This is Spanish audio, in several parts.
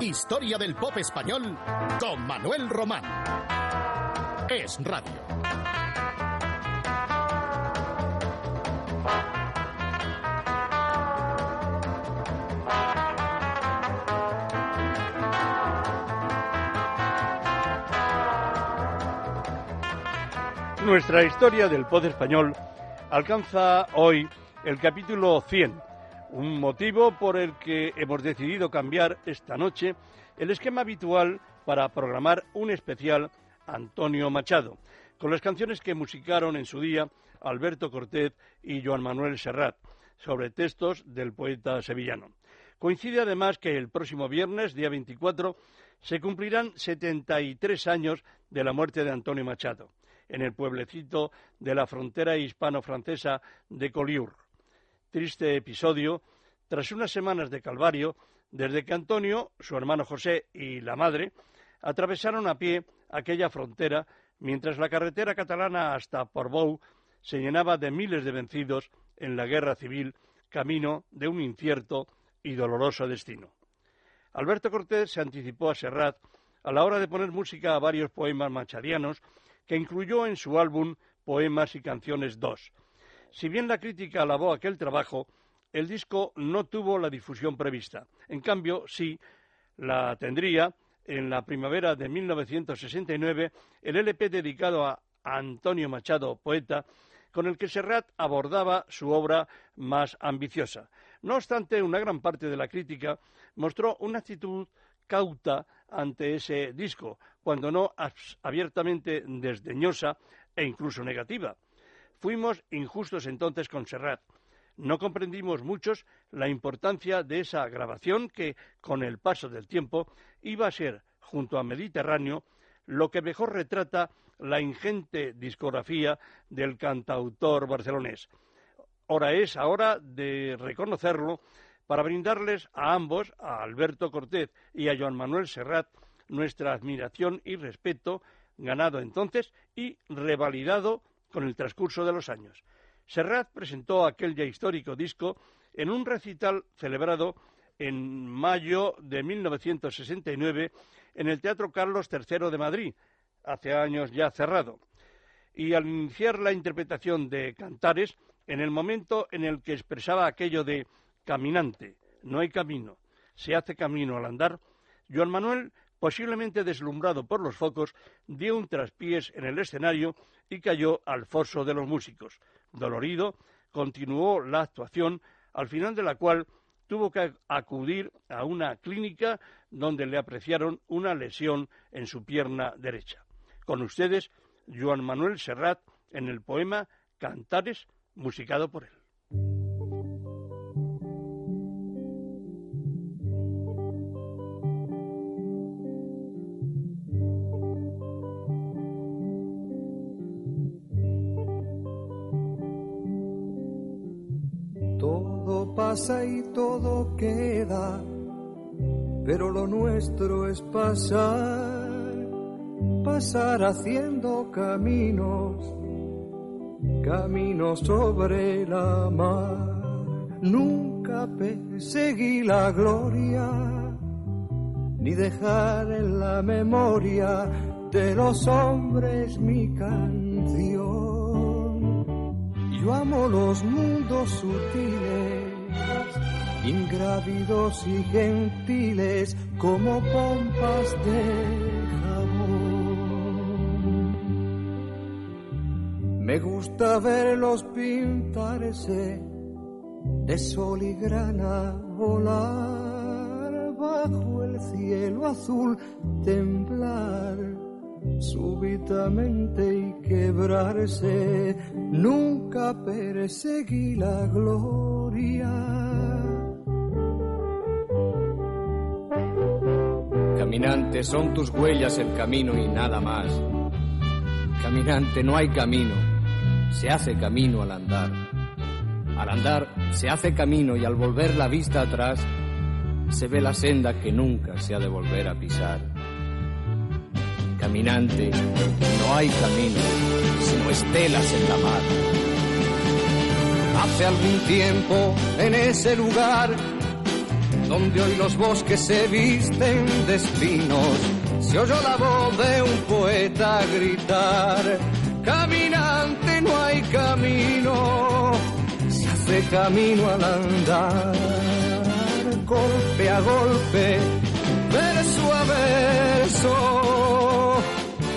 Historia del pop español con Manuel Román. Es Radio. Nuestra historia del pop español alcanza hoy el capítulo 100, un motivo por el que hemos decidido cambiar esta noche el esquema habitual para programar un especial Antonio Machado, con las canciones que musicaron en su día Alberto Cortés y Joan Manuel Serrat, sobre textos del poeta sevillano. Coincide además que el próximo viernes, día 24, se cumplirán 73 años de la muerte de Antonio Machado, en el pueblecito de la frontera hispano-francesa de Collioure. Triste episodio tras unas semanas de calvario desde que Antonio, su hermano José y la madre atravesaron a pie aquella frontera mientras la carretera catalana hasta Portbou se llenaba de miles de vencidos en la guerra civil, camino de un incierto y doloroso destino. Alberto Cortés se anticipó a Serrat a la hora de poner música a varios poemas machadianos que incluyó en su álbum Poemas y Canciones 2. Si bien la crítica alabó aquel trabajo, el disco no tuvo la difusión prevista. En cambio, sí la tendría en la primavera de 1969 el LP dedicado a Antonio Machado, poeta, con el que Serrat abordaba su obra más ambiciosa. No obstante, una gran parte de la crítica mostró una actitud cauta ante ese disco, cuando no abiertamente desdeñosa e incluso negativa. Fuimos injustos entonces con Serrat. No comprendimos muchos la importancia de esa grabación que, con el paso del tiempo, iba a ser, junto a Mediterráneo, lo que mejor retrata la ingente discografía del cantautor barcelonés. Es hora de reconocerlo para brindarles a ambos, a Alberto Cortés y a Joan Manuel Serrat, nuestra admiración y respeto, ganado entonces y revalidado con el transcurso de los años. Serrat presentó aquel ya histórico disco en un recital celebrado en mayo de 1969 en el Teatro Carlos III de Madrid, hace años ya cerrado. Y al iniciar la interpretación de Cantares, en el momento en el que expresaba aquello de caminante, no hay camino, se hace camino al andar, Joan Manuel, posiblemente deslumbrado por los focos, dio un traspiés en el escenario y cayó al foso de los músicos. Dolorido, continuó la actuación, al final de la cual tuvo que acudir a una clínica donde le apreciaron una lesión en su pierna derecha. Con ustedes, Joan Manuel Serrat, en el poema Cantares, musicado por él. Todo pasa y todo queda, pero lo nuestro es pasar, pasar haciendo caminos, caminos sobre la mar. Nunca perseguí la gloria, ni dejar en la memoria de los hombres mi canción. Yo amo los mundos sutiles, ingrávidos y gentiles, como pompas de jabón. Me gusta verlos pintarse de sol y grana, volar bajo el cielo azul, temblar súbitamente y quebrarse. Nunca perseguí la gloria. Caminante, son tus huellas el camino y nada más. Caminante, no hay camino, se hace camino al andar. Al andar se hace camino y al volver la vista atrás se ve la senda que nunca se ha de volver a pisar. Caminante, no hay camino, sino estelas en la mar. Hace algún tiempo en ese lugar donde hoy los bosques se visten de espinos, se oyó la voz de un poeta gritar: caminante, no hay camino, se hace camino al andar, golpe a golpe, verso a verso.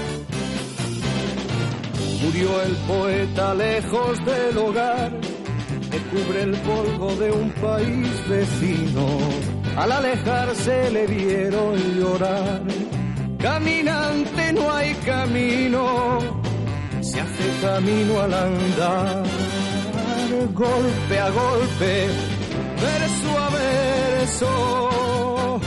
Murió el poeta lejos del hogar, que cubre el polvo de un país vecino. Al alejarse le vieron llorar: caminante, no hay camino, se hace camino al andar, golpe a golpe, verso a verso.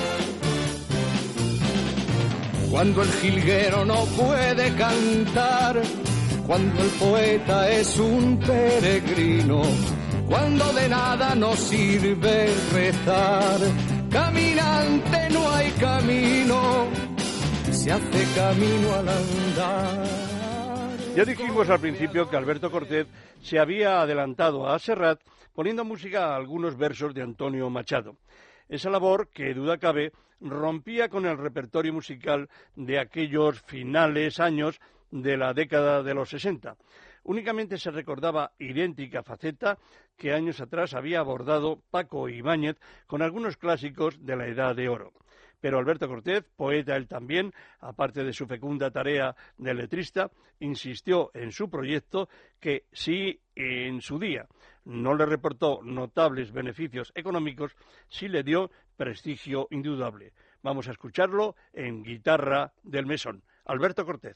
Cuando el jilguero no puede cantar, cuando el poeta es un peregrino, cuando de nada nos sirve rezar, caminante, no hay camino, se hace camino al andar. Ya dijimos al principio que Alberto Cortés se había adelantado a Serrat poniendo música a algunos versos de Antonio Machado. Esa labor, que duda cabe, rompía con el repertorio musical de aquellos finales años de la década de los 60. Únicamente se recordaba idéntica faceta que años atrás había abordado Paco Ibáñez con algunos clásicos de la Edad de Oro. Pero Alberto Cortés, poeta él también, aparte de su fecunda tarea de letrista, insistió en su proyecto que, si en su día no le reportó notables beneficios económicos, sí le dio prestigio indudable. Vamos a escucharlo en Guitarra del Mesón. Alberto Cortés.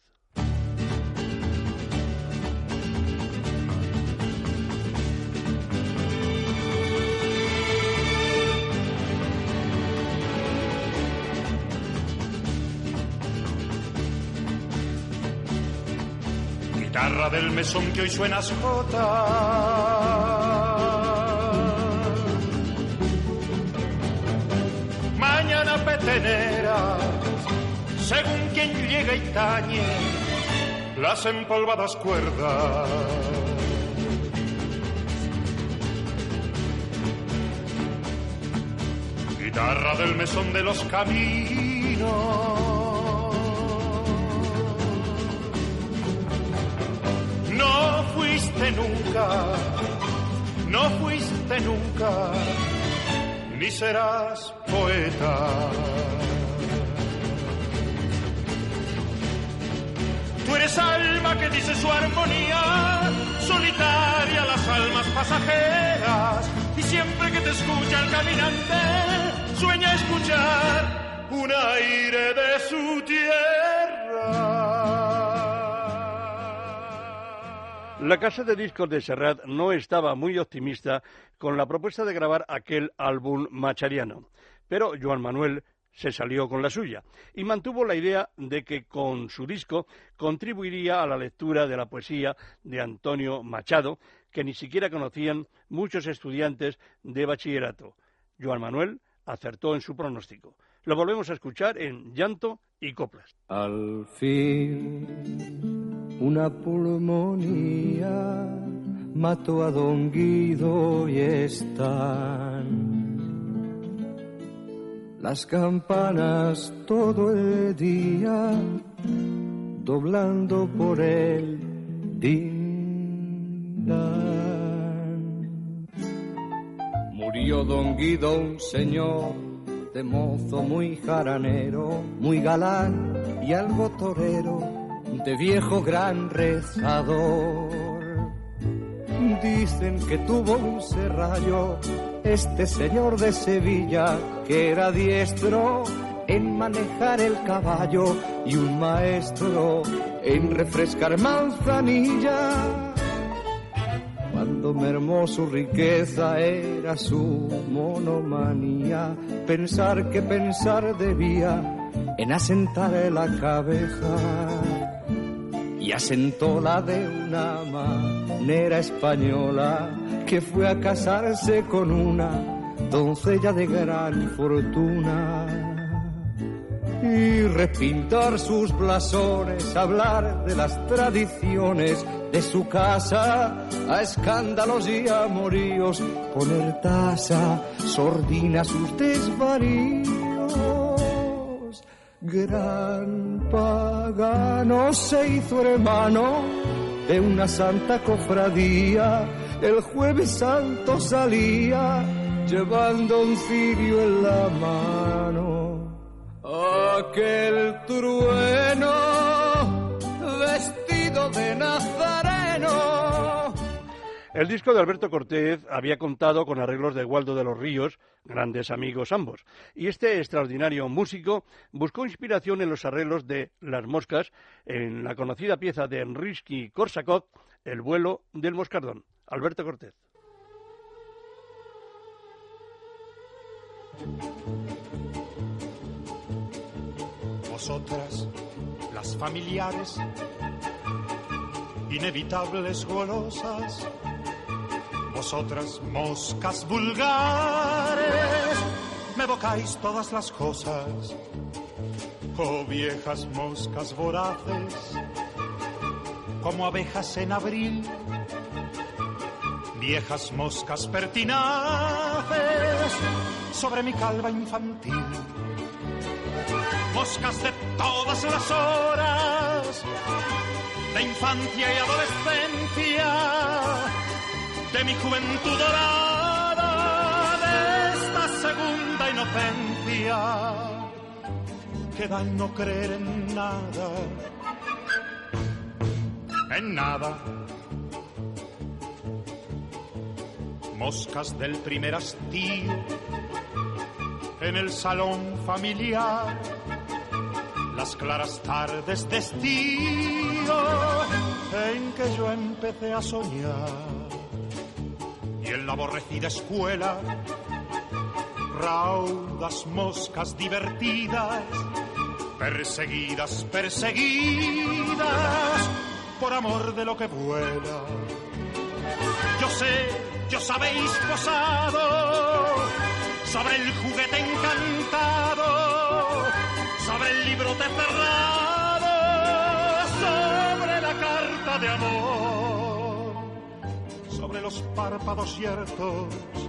Guitarra del mesón que hoy suenas jota, mañana petenera, según quien llega y tañe las empolvadas cuerdas. Guitarra del mesón de los caminos, no fuiste nunca, ni serás poeta. Tú eres alma que dice su armonía, solitaria las almas pasajeras, y siempre que te escucha el caminante, sueña escuchar un aire de su tierra. La casa de discos de Serrat no estaba muy optimista con la propuesta de grabar aquel álbum machadiano, pero Joan Manuel se salió con la suya y mantuvo la idea de que con su disco contribuiría a la lectura de la poesía de Antonio Machado, que ni siquiera conocían muchos estudiantes de bachillerato. Joan Manuel acertó en su pronóstico. Lo volvemos a escuchar en Llanto y Coplas. Al fin, una pulmonía mató a Don Guido y están las campanas todo el día doblando por el dindán. Murió Don Guido, un señor de mozo muy jaranero, muy galán y algo torero, de viejo gran rezador. Dicen que tuvo un serrallo este señor de Sevilla, que era diestro en manejar el caballo y un maestro en refrescar manzanilla. Cuando mermó su riqueza era su monomanía, pensar que pensar debía en asentar la cabeza, y asentó la de una manera española, que fue a casarse con una doncella de gran fortuna. y repintar sus blasones, hablar de las tradiciones de su casa, a escándalos y amoríos, poner tasa sordina a sus desvaríos. Gran pagano se hizo hermano de una santa cofradía, el Jueves Santo salía llevando un cirio en la mano. Aquel trueno vestido de nazareno. El disco de Alberto Cortés había contado con arreglos de Waldo de los Ríos, grandes amigos ambos, y este extraordinario músico buscó inspiración en los arreglos de Las Moscas, en la conocida pieza de Rimsky-Korsakov, El vuelo del moscardón. Alberto Cortés. Vosotras, las familiares, inevitables golosas, vosotras, moscas vulgares, me evocáis todas las cosas, oh viejas moscas voraces, como abejas en abril, viejas moscas pertinaces, sobre mi calva infantil. Moscas de todas las horas, de infancia y adolescencia, de mi juventud dorada, de esta segunda inocencia, que da en no creer en nada, en nada. Moscas del primer hastío, en el salón familiar, las claras tardes de estío en que yo empecé a soñar, y en la aborrecida escuela raudas moscas divertidas, perseguidas, perseguidas por amor de lo que vuela. Yo sé, yo sabéis posado sobre el juguete encantado, sobre el librote cerrado, sobre la carta de amor, sobre los párpados ciertos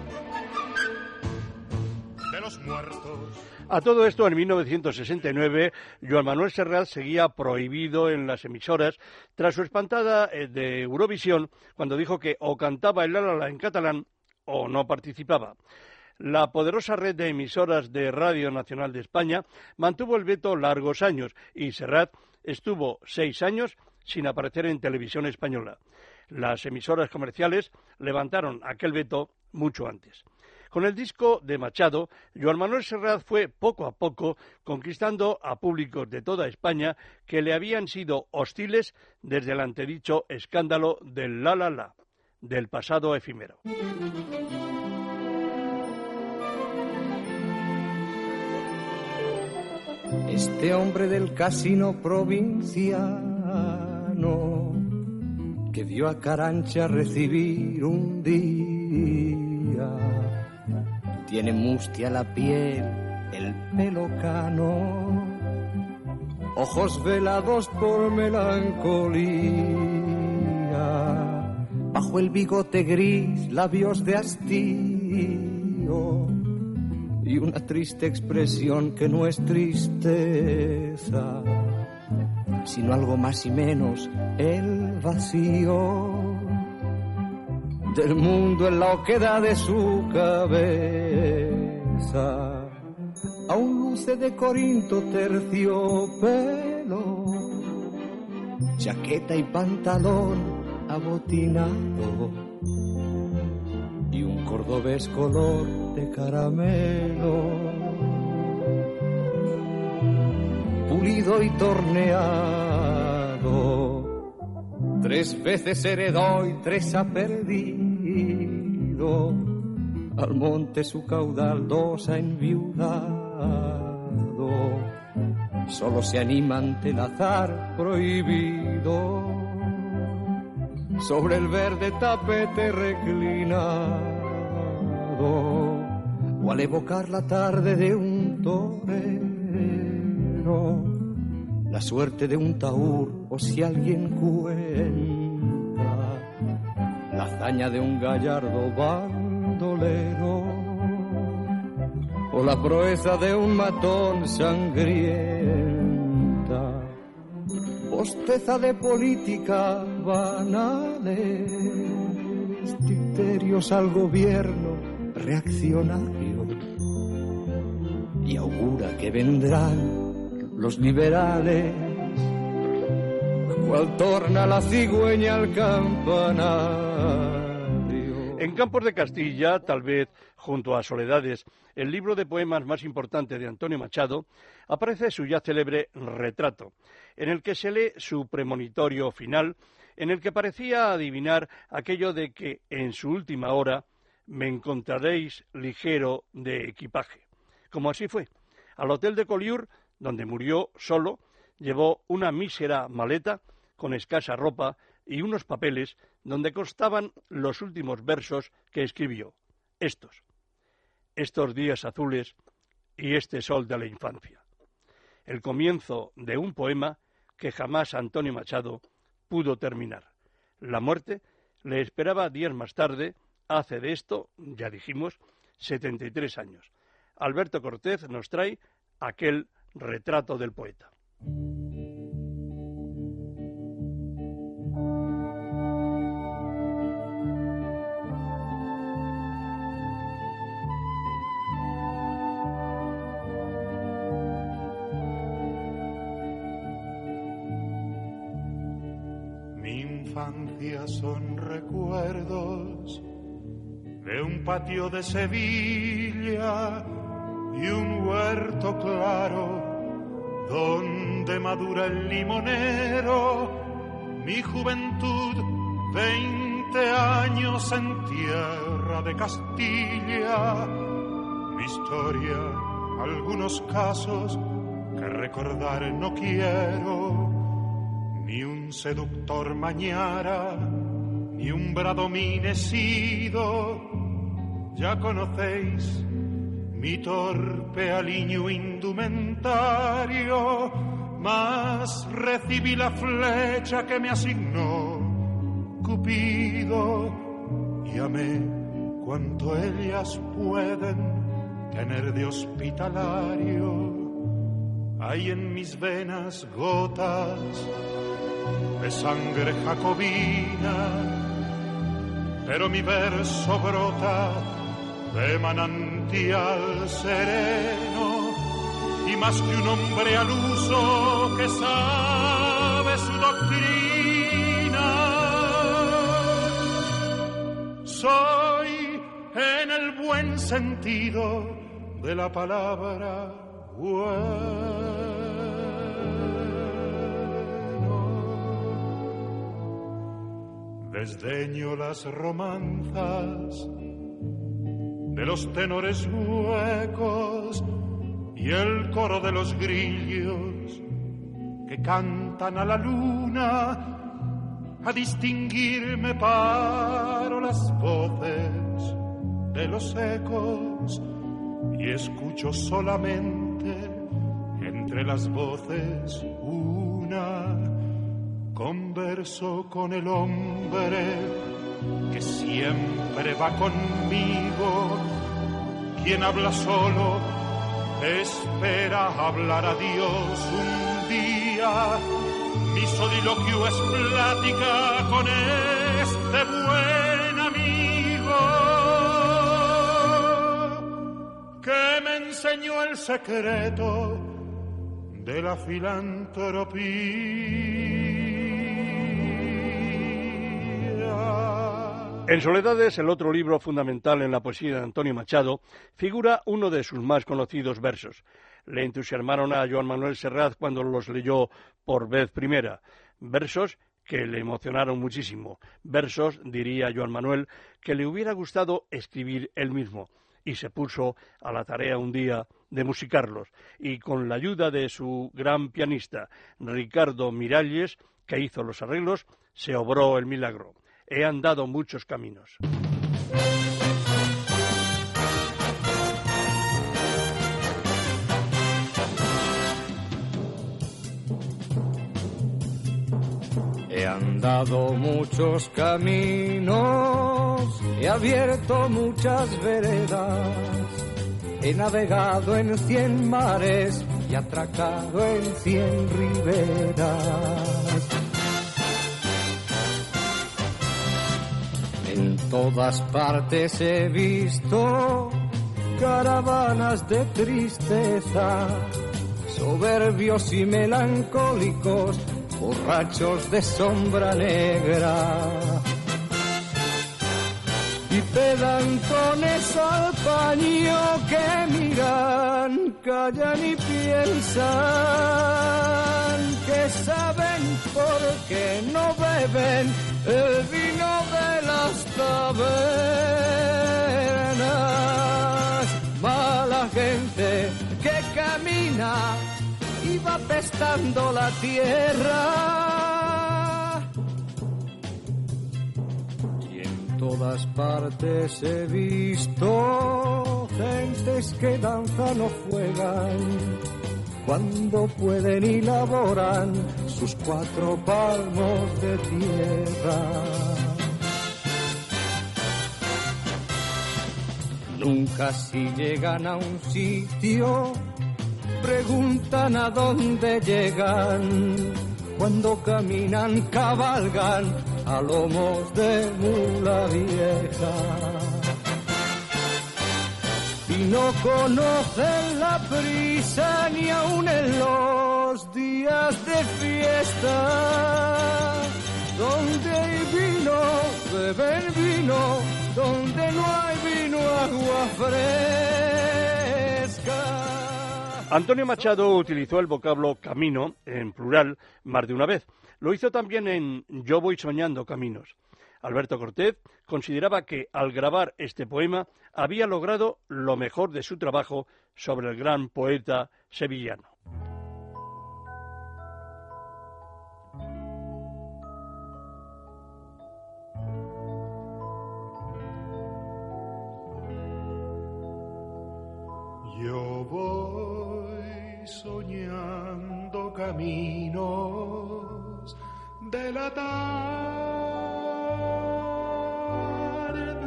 de los muertos. A todo esto, en 1969, Joan Manuel Serrat seguía prohibido en las emisoras tras su espantada de Eurovisión, cuando dijo que o cantaba el La La La en catalán o no participaba. La poderosa red de emisoras de Radio Nacional de España mantuvo el veto largos años y Serrat estuvo 6 años sin aparecer en televisión española. Las emisoras comerciales levantaron aquel veto mucho antes. Con el disco de Machado, Joan Manuel Serrat fue poco a poco conquistando a públicos de toda España que le habían sido hostiles desde el antedicho escándalo del La La La, del pasado efímero. Este hombre del casino provinciano que vio a Carancha recibir un día, tiene mustia la piel, el pelo cano, ojos velados por melancolía, bajo el bigote gris, labios de hastío y una triste expresión que no es tristeza, sino algo más y menos el vacío del mundo en la oquedad de su cabeza. Aún luce de Corinto terciopelo, chaqueta y pantalón abotinado y un cordobés color de caramelo, pulido y torneado. 3 veces heredó y 3 ha perdido. Al monte su caudal 2 ha enviudado. Solo se anima ante el azar prohibido. Sobre el verde tapete reclinado, o al evocar la tarde de un torero, gobierno, la suerte de un taur, o si alguien cuenta la hazaña de un gallardo bandolero, o la proeza de un matón sangrienta, bosteza de política banales, dicterios al gobierno reaccionario, y augura que vendrán los liberales, cual torna la cigüeña al campanario. En Campos de Castilla, tal vez junto a Soledades, el libro de poemas más importante de Antonio Machado, aparece su ya célebre Retrato, en el que se lee su premonitorio final, en el que parecía adivinar aquello de que en su última hora me encontraréis ligero de equipaje. Como así fue. Al hotel de Collioure, donde murió solo, llevó una mísera maleta con escasa ropa y unos papeles donde constaban los últimos versos que escribió. Estos días azules y este sol de la infancia. El comienzo de un poema que jamás Antonio Machado pudo terminar. La muerte le esperaba días más tarde. Hace de esto, ya dijimos, 73 años. Alberto Cortés nos trae aquel retrato del poeta. Mi infancia son recuerdos de un patio de Sevilla y un huerto claro donde madura el limonero. Mi juventud, 20 años en tierra de Castilla. Mi historia, algunos casos que recordar no quiero. Ni un seductor mañara, ni un bradomín he sido. Ya conocéis mi torpe aliño indumentario, mas recibí la flecha que me asignó Cupido, y amé cuanto ellas pueden tener de hospitalario. Hay en mis venas gotas de sangre jacobina, pero mi verso brota de manantial sereno, y más que un hombre al uso que sabe su doctrina, soy en el buen sentido de la palabra bueno. Desdeño las romanzas de los tenores huecos y el coro de los grillos que cantan a la luna. A distinguirme paro las voces de los ecos y escucho solamente entre las voces una. Converso con el hombre que siempre va conmigo. Quien habla solo espera hablar a Dios un día. Mi soliloquio es plática con este buen amigo que me enseñó el secreto de la filantropía. En Soledades, el otro libro fundamental en la poesía de Antonio Machado, figura uno de sus más conocidos versos. Le entusiasmaron a Joan Manuel Serrat cuando los leyó por vez primera. Versos que le emocionaron muchísimo. Versos, diría Joan Manuel, que le hubiera gustado escribir él mismo. Y se puso a la tarea un día de musicarlos. Y con la ayuda de su gran pianista, Ricardo Miralles, que hizo los arreglos, se obró el milagro. He andado muchos caminos. He andado muchos caminos, he abierto muchas veredas, he navegado en 100 mares y atracado en 100 riberas. En todas partes he visto caravanas de tristeza, soberbios y melancólicos, borrachos de sombra negra y pedantones al paño que miran, callan y piensan que saben por qué no beben el vino de las tabernas. Mala gente que camina y va pestando la tierra. Y en todas partes he visto gentes que danzan o juegan cuando pueden y laboran sus 4 palmos de tierra. Nunca si llegan a un sitio preguntan a dónde llegan, cuando caminan cabalgan a lomos de mula vieja. Y no conocen la prisa ni aun en los días de fiesta. Donde hay vino, beben vino, donde no hay vino, agua fresca. Antonio Machado utilizó el vocablo camino, en plural, más de una vez. Lo hizo también en Yo voy soñando caminos. Alberto Cortés consideraba que, al grabar este poema, había logrado lo mejor de su trabajo sobre el gran poeta sevillano. Yo voy soñando caminos de la tarde,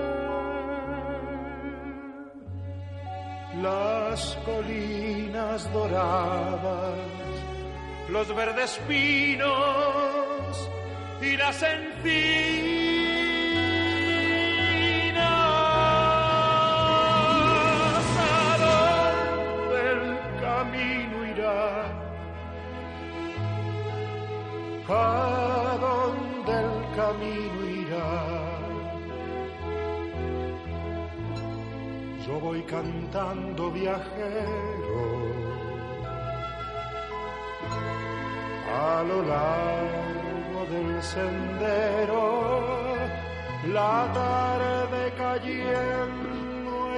las colinas doradas, los verdes pinos y las encinas. ¿A dónde el camino irá? Yo voy cantando viajero a lo largo del sendero. La tarde cayendo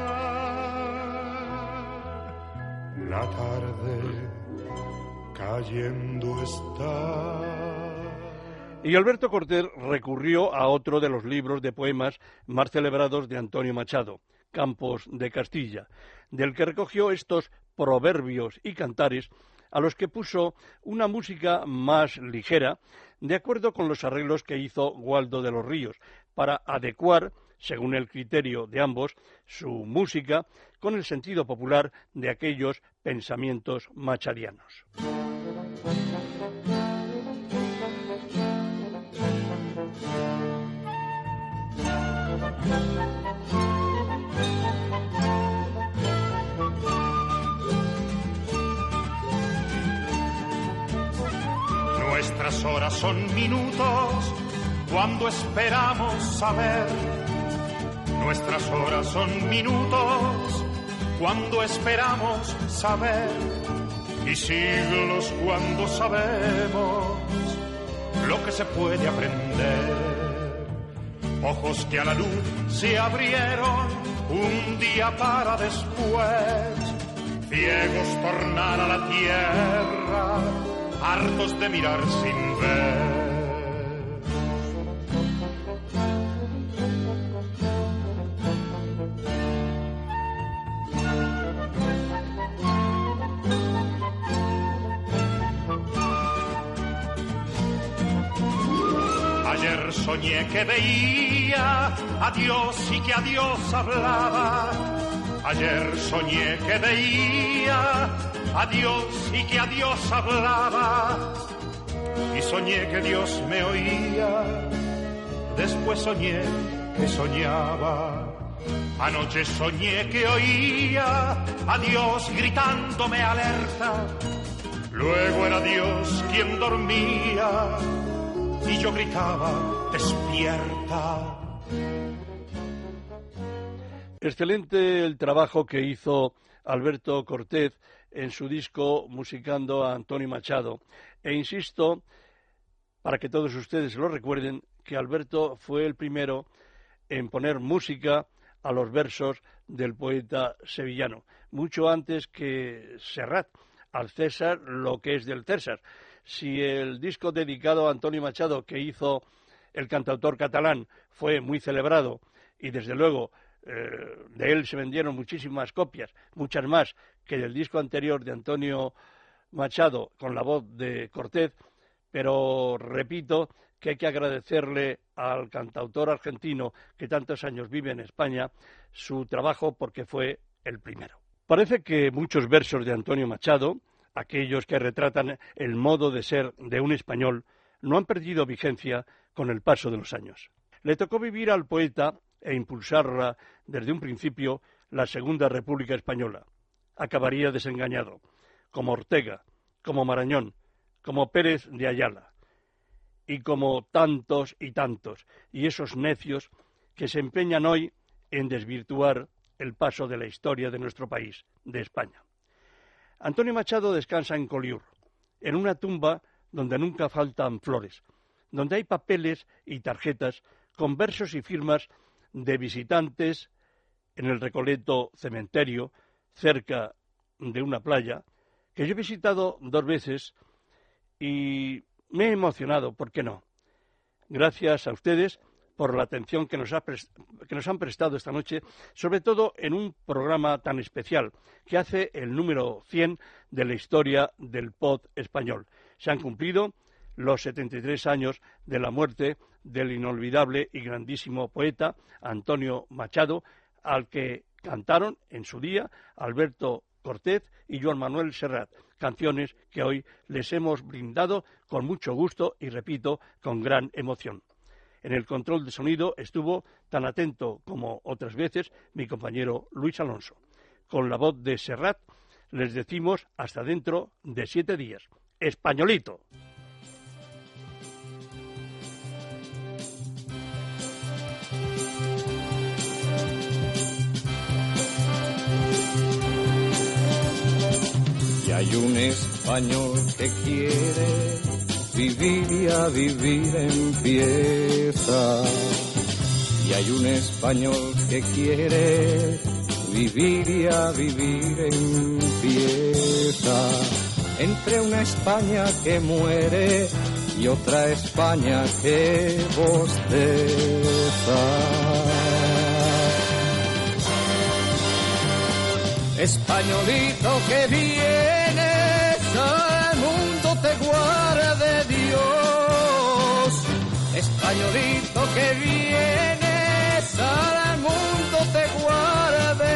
está, la tarde cayendo está. Y Alberto Cortés recurrió a otro de los libros de poemas más celebrados de Antonio Machado, Campos de Castilla, del que recogió estos proverbios y cantares a los que puso una música más ligera, de acuerdo con los arreglos que hizo Gualdo de los Ríos, para adecuar, según el criterio de ambos, su música con el sentido popular de aquellos pensamientos machadianos. Nuestras horas son minutos cuando esperamos saber. Nuestras horas son minutos cuando esperamos saber. Y siglos cuando sabemos lo que se puede aprender. Ojos que a la luz se abrieron un día para después. Ciegos tornar a la tierra, hartos de mirar sin ver. Ayer soñé que veía a Dios y que a Dios hablaba. Ayer soñé que veía a Dios y que a Dios hablaba. Y soñé que Dios me oía. Después soñé que soñaba. Anoche soñé que oía a Dios gritándome alerta. Luego era Dios quien dormía y yo gritaba despierta. Excelente el trabajo que hizo Alberto Cortés en su disco musicando a Antonio Machado. E insisto, para que todos ustedes lo recuerden, que Alberto fue el primero en poner música a los versos del poeta sevillano, mucho antes que Serrat. Al César lo que es del César. Si el disco dedicado a Antonio Machado que hizo el cantautor catalán fue muy celebrado y desde luego de él se vendieron muchísimas copias, muchas más que del disco anterior de Antonio Machado con la voz de Cortés, pero repito que hay que agradecerle al cantautor argentino que tantos años vive en España su trabajo porque fue el primero. Parece que muchos versos de Antonio Machado, aquellos que retratan el modo de ser de un español, no han perdido vigencia con el paso de los años. Le tocó vivir al poeta e impulsarla desde un principio la Segunda República Española. Acabaría desengañado, como Ortega, como Marañón, como Pérez de Ayala, y como tantos y tantos, y esos necios que se empeñan hoy en desvirtuar el paso de la historia de nuestro país, de España. Antonio Machado descansa en Collioure, en una tumba donde nunca faltan flores, donde hay papeles y tarjetas con versos y firmas de visitantes en el Recoleto cementerio, cerca de una playa, que yo he visitado 2 veces y me he emocionado, ¿por qué no? Gracias a ustedes por la atención que nos han prestado esta noche, sobre todo en un programa tan especial que hace el número 100 de la historia del pop español. Se han cumplido los 73 años de la muerte del inolvidable y grandísimo poeta Antonio Machado, al que cantaron en su día Alberto Cortés y Joan Manuel Serrat, canciones que hoy les hemos brindado con mucho gusto y, repito, con gran emoción. En el control de sonido estuvo tan atento como otras veces mi compañero Luis Alonso. Con la voz de Serrat les decimos hasta dentro de 7 días. ¡Españolito! Y hay un español que quiere vivir y a vivir empieza. Y hay un español que quiere vivir y a vivir empieza. Entre una España que muere y otra España que bosteza. Españolito que vienes al mundo te guarde Dios. Españolito que vienes al mundo te guarde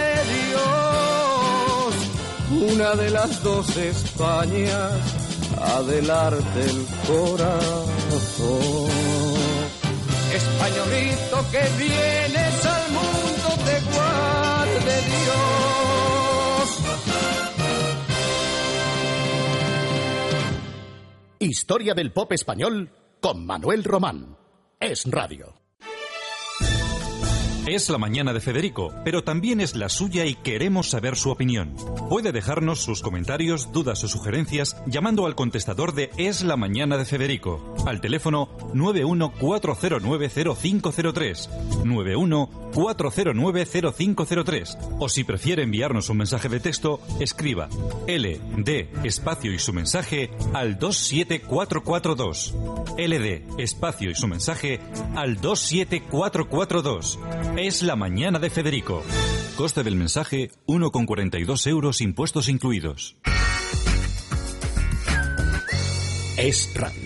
Dios. Una de las 2 Españas ha de darte el corazón. Españolito que vienes al mundo te guarde Dios. Historia del pop español con Manuel Román. Es Radio. Es la mañana de Federico, pero también es la suya y queremos saber su opinión. Puede dejarnos sus comentarios, dudas o sugerencias llamando al contestador de Es la mañana de Federico, al teléfono 914090503, 914090503, o si prefiere enviarnos un mensaje de texto, escriba LD espacio y su mensaje al 27442, LD espacio y su mensaje al 27442. Es la mañana de Federico. Coste del mensaje 1,42 euros, impuestos incluidos. Es Radio.